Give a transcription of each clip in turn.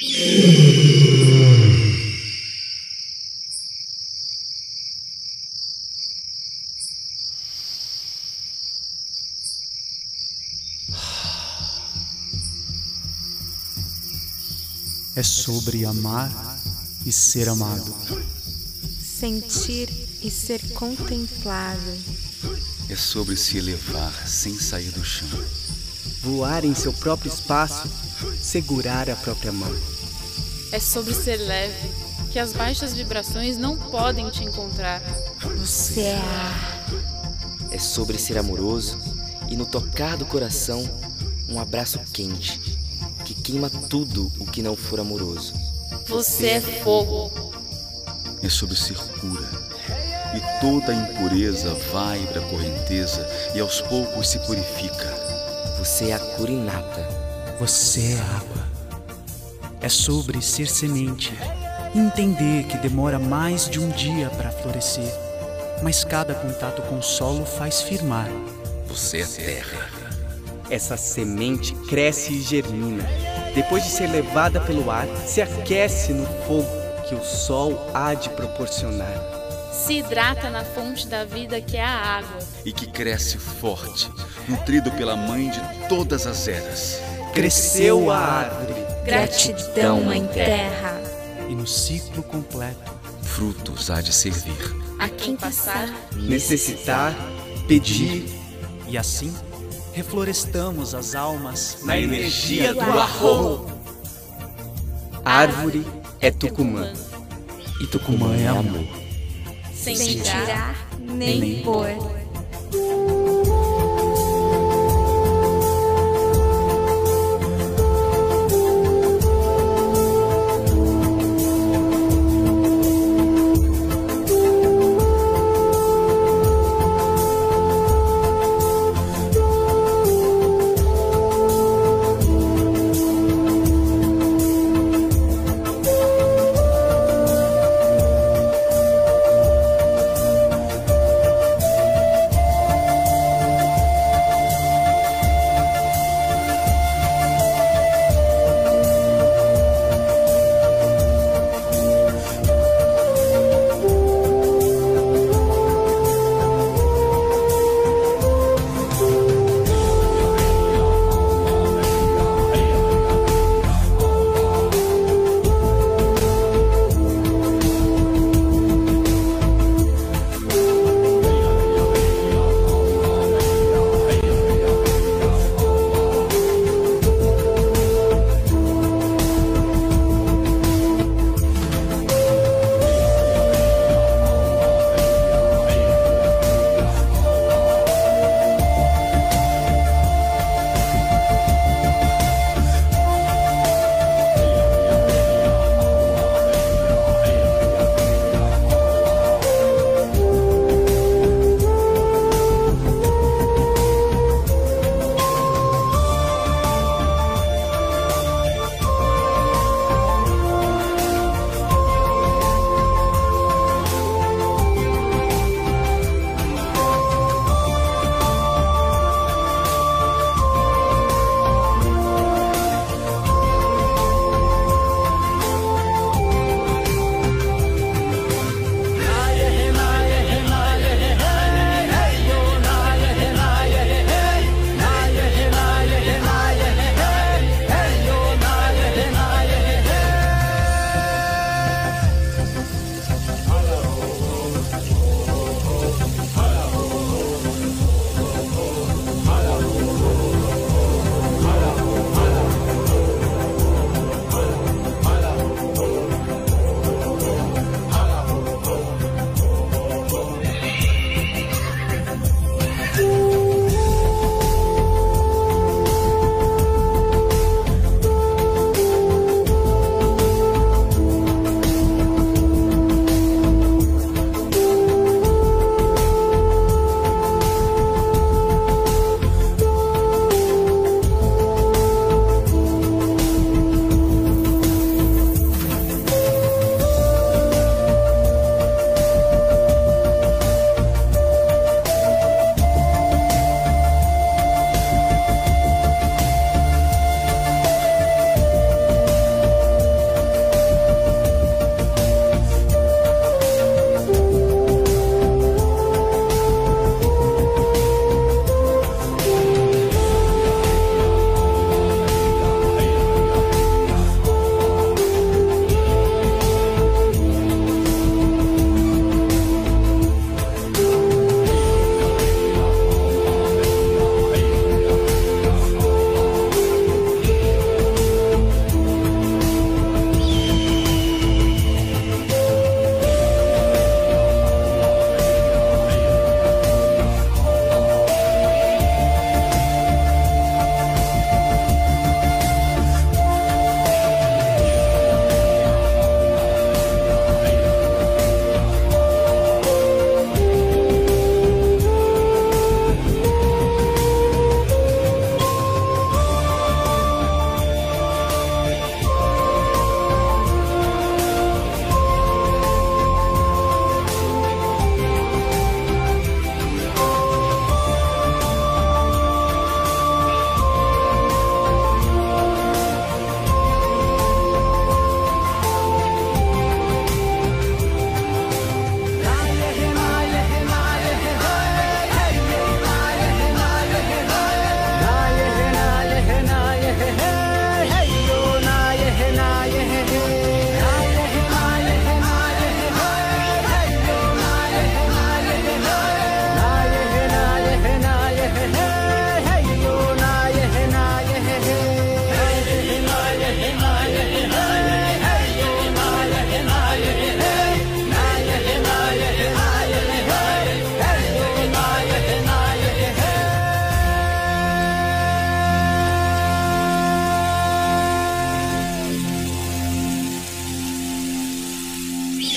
É sobre amar e ser amado. Sentir e ser contemplado. É sobre se elevar sem sair do chão. Voar em seu próprio espaço, segurar a própria mão. É sobre ser leve, que as baixas vibrações não podem te encontrar. Você é ar. É sobre ser amoroso e no tocar do coração, um abraço quente, que queima tudo o que não for amoroso. Você é fogo. É sobre ser pura. E toda a impureza vai para a correnteza e aos poucos se purifica. Você é a cura inata. Você é água. É sobre ser semente e entender que demora mais de um dia para florescer, mas cada contato com o solo faz firmar. Você é terra. Essa semente cresce e germina. Depois de ser levada pelo ar, se aquece no fogo que o sol há de proporcionar. Se hidrata na fonte da vida que é a água. E que cresce forte, nutrido pela mãe de todas as eras. Cresceu a árvore. Gratidão, Mãe Terra. E no ciclo completo, Frutos há de servir. A quem passar, Necessitar, pedir. e assim reflorestamos as almas Na energia do arro. Árvore é Tucumã. e Tucumã é amor. sem Sem tirar. tirar nem pôr.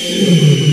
Silêncio.